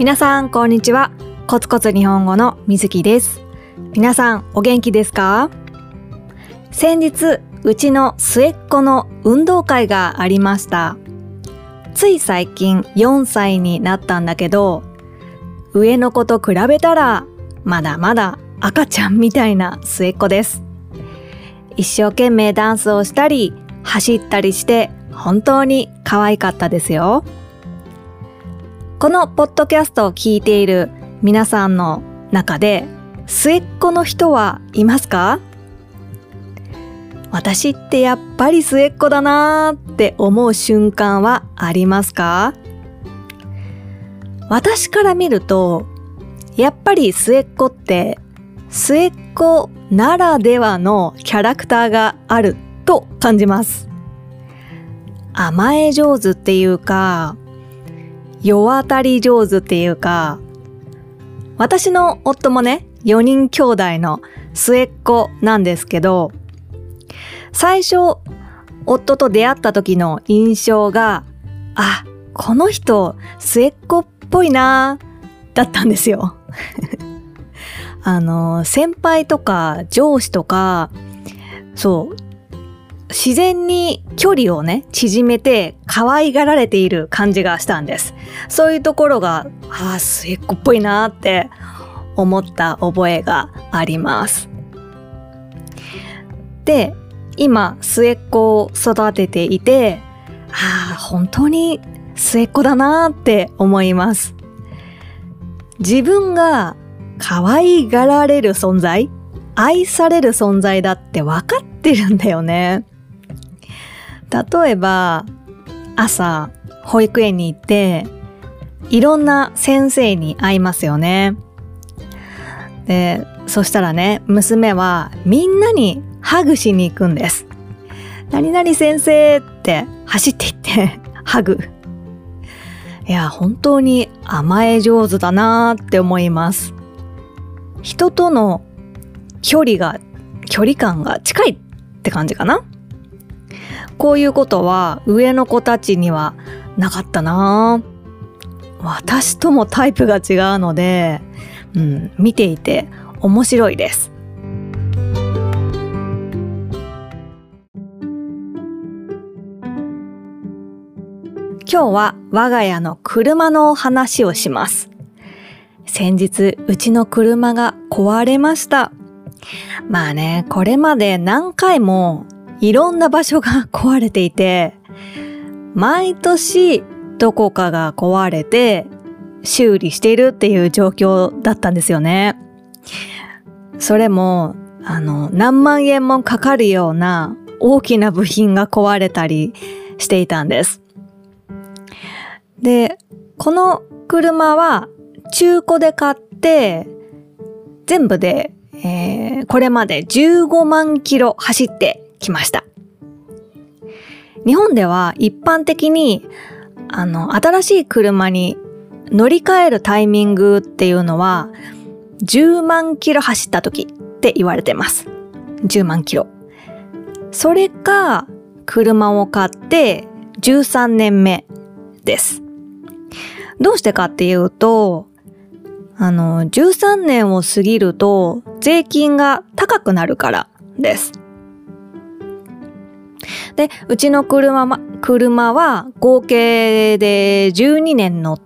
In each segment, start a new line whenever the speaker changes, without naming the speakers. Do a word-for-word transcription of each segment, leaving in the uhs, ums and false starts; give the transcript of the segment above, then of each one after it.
皆さんこんにちは。コツコツ日本語のみずきです。皆さんお元気ですか？先日うちの末っ子の運動会がありました。つい最近よんさいになったんだけど、上の子と比べたらまだまだ赤ちゃんみたいな末っ子です。一生懸命ダンスをしたり走ったりして本当に可愛かったですよ。このポッドキャストを聞いている皆さんの中で末っ子の人はいますか？私ってやっぱり末っ子だなーって思う瞬間はありますか？私から見るとやっぱり末っ子って末っ子ならではのキャラクターがあると感じます。甘え上手っていうか世当たり上手っていうか、私の夫もねよにん兄弟の末っ子なんですけど、最初夫と出会った時の印象が、あ、この人末っ子っぽいなだったんですよ。あの先輩とか上司とか、そう自然に距離をね縮めて可愛がられている感じがしたんです。そういうところが、ああ末っ子っぽいなって思った覚えがあります。で、今末っ子を育てていて、ああ本当に末っ子だなって思います。自分が可愛がられる存在、愛される存在だって分かってるんだよね。例えば朝保育園に行っていろんな先生に会いますよね。で、そしたらね、娘はみんなにハグしに行くんです。何々先生って走って行ってハグ。いや、本当に甘え上手だなって思います。人との距離が、距離感が近いって感じかな。こういうことは上の子たちにはなかったな。私ともタイプが違うので、うん、見ていて面白いです。今日は我が家の車の話をします。先日うちの車が壊れました。まあね、これまで何回もいろんな場所が壊れていて、毎年どこかが壊れて修理しているっていう状況だったんですよね。それもあの何万円もかかるような大きな部品が壊れたりしていたんです。で、この車は中古で買って全部で、えー、これまでじゅうごまんキロ走ってきました。日本では一般的にあの新しい車に乗り換えるタイミングっていうのはじゅうまんキロ走った時って言われてます。じゅうまんキロ。それか車を買ってじゅうさんねんめです。どうしてかっていうと、あのじゅうさんねんを過ぎると税金が高くなるからです。で、うちの車は、車は合計でじゅうにねん乗って、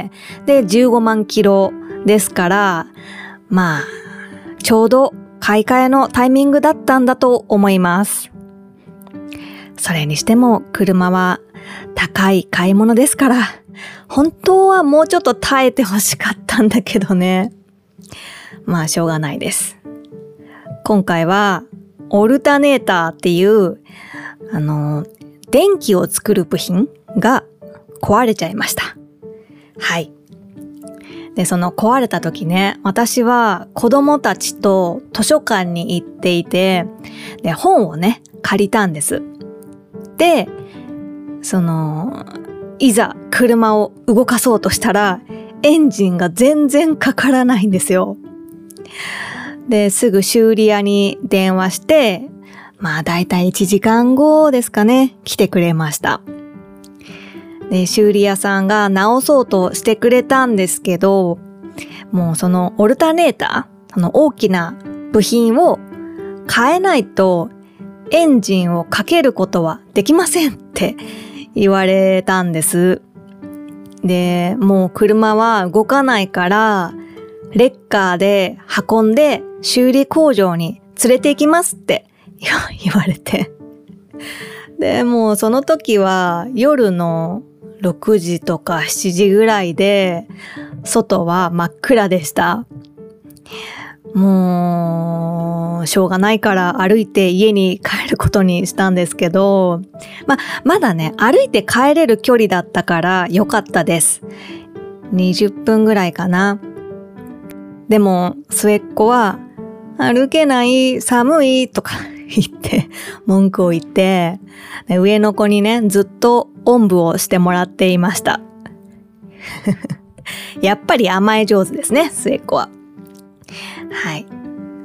で、じゅうごまんキロですから、まあ、ちょうど買い替えのタイミングだったんだと思います。それにしても車は高い買い物ですから、本当はもうちょっと耐えてほしかったんだけどね。まあ、しょうがないです。今回は、オルタネーターっていう、あの、電気を作る部品が壊れちゃいました。はい。で、その壊れた時ね、私は子供たちと図書館に行っていて、で、本をね、借りたんです。で、その、いざ車を動かそうとしたら、エンジンが全然かからないんですよ。で、すぐ修理屋に電話して、まあだいたいいちじかんごですかね、来てくれました。 で、修理屋さんが直そうとしてくれたんですけど、もうそのオルタネーター、その大きな部品を変えないとエンジンをかけることはできませんって言われたんです。で、もう車は動かないから、レッカーで運んで修理工場に連れて行きますって言われて。で、もうその時は夜のろくじとかしちじぐらいで、外は真っ暗でした。もう、しょうがないから歩いて家に帰ることにしたんですけど、ま、まだね、歩いて帰れる距離だったから良かったです。にじゅっぷんぐらいかな。でも、末っ子は、歩けない、寒いとか言って、文句を言って、上の子にね、ずっとおんぶをしてもらっていました。やっぱり甘え上手ですね、末っ子は。はい。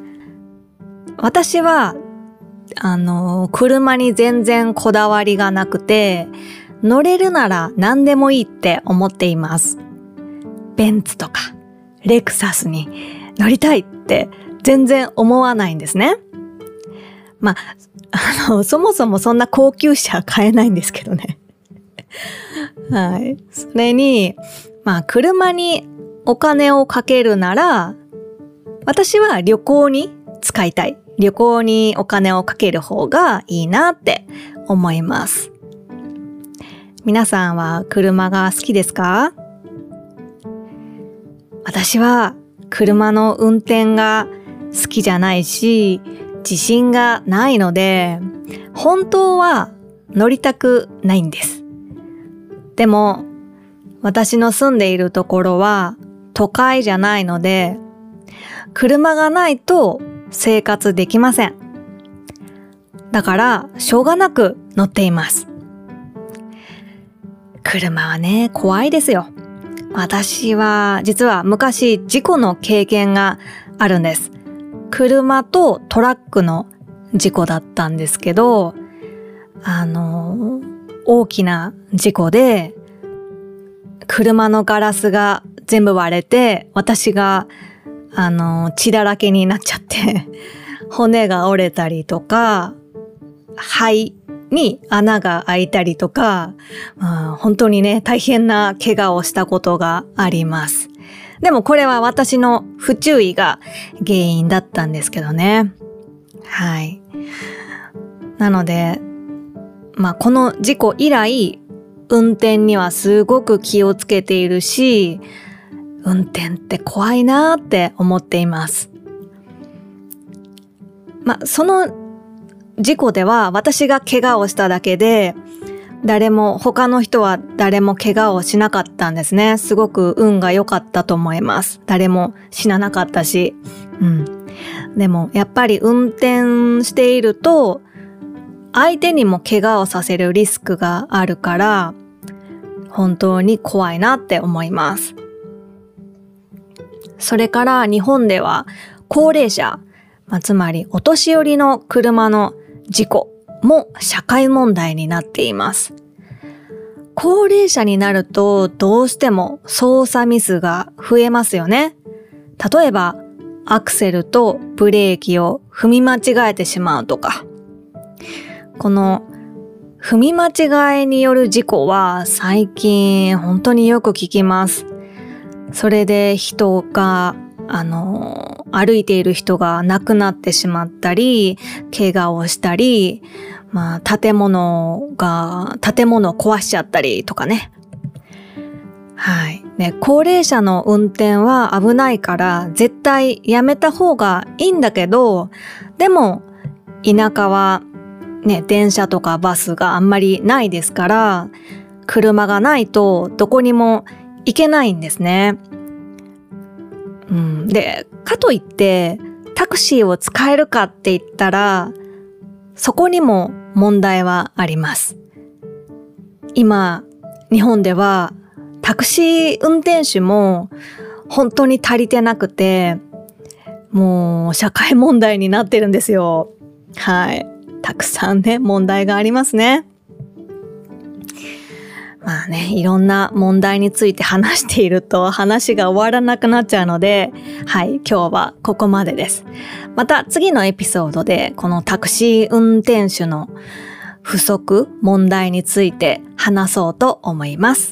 私は、あの、車に全然こだわりがなくて、乗れるなら何でもいいって思っています。ベンツとか、レクサスに乗りたいって全然思わないんですね。まあ、あの、そもそもそんな高級車買えないんですけどね。はい。それに、まあ、車にお金をかけるなら、私は旅行に使いたい。旅行にお金をかける方がいいなって思います。皆さんは車が好きですか？私は車の運転が好きじゃないし、自信がないので、本当は乗りたくないんです。でも、私の住んでいるところは都会じゃないので、車がないと生活できません。だから、しょうがなく乗っています。車はね、怖いですよ。私は、実は昔事故の経験があるんです。車とトラックの事故だったんですけど、あの、大きな事故で、車のガラスが全部割れて、私があの、血だらけになっちゃって、骨が折れたりとか、肺に穴が開いたりとか、まあ、本当にね、大変な怪我をしたことがあります。でもこれは私の不注意が原因だったんですけどね。はい。なので、まあ、この事故以来、運転にはすごく気をつけているし、運転って怖いなーって思っています。まあ、その事故では私が怪我をしただけで、誰も、他の人は誰も怪我をしなかったんですね。すごく運が良かったと思います。誰も死ななかったし。うん。でも、やっぱり運転していると、相手にも怪我をさせるリスクがあるから、本当に怖いなって思います。それから日本では高齢者、まあ、つまりお年寄りの車の事故も社会問題になっています。高齢者になるとどうしても操作ミスが増えますよね。例えばアクセルとブレーキを踏み間違えてしまうとか。この踏み間違えによる事故は最近本当によく聞きます。それで人が、あの、歩いている人が亡くなってしまったり、怪我をしたり、まあ、建物が、建物を壊しちゃったりとかね。はい。ね、高齢者の運転は危ないから絶対やめた方がいいんだけど、でも、田舎はね、電車とかバスがあんまりないですから、車がないとどこにも行けないんですね。うん、で、かといってタクシーを使えるかって言ったら、そこにも問題はあります。今、日本ではタクシー運転手も本当に足りてなくて、もう社会問題になってるんですよ。はい。たくさんね、問題がありますね。ままあね、いろんな問題について話していると話が終わらなくなっちゃうので、はい、今日はここまでです。また次のエピソードでこのタクシー運転手の不足問題について話そうと思います。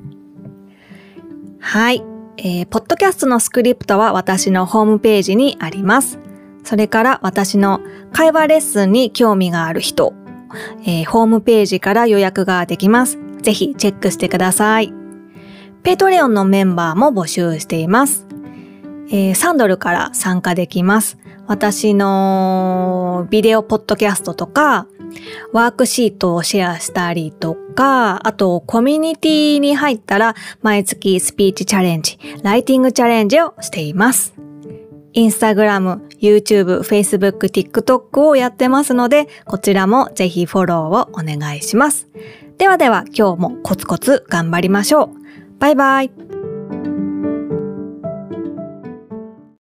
はい、えー、ポッドキャストのスクリプトは私のホームページにあります。それから私の会話レッスンに興味がある人、えー、ホームページから予約ができます。ぜひチェックしてください。ペイトレオンのメンバーも募集しています。えー、さんドルから参加できます。私のビデオポッドキャストとか、ワークシートをシェアしたりとか、あとコミュニティに入ったら毎月スピーチチャレンジ、ライティングチャレンジをしています。インスタグラム、YouTube、Facebook、TikTok をやってますので、こちらもぜひフォローをお願いします。ではでは今日もコツコツ頑張りましょう。バイバイ。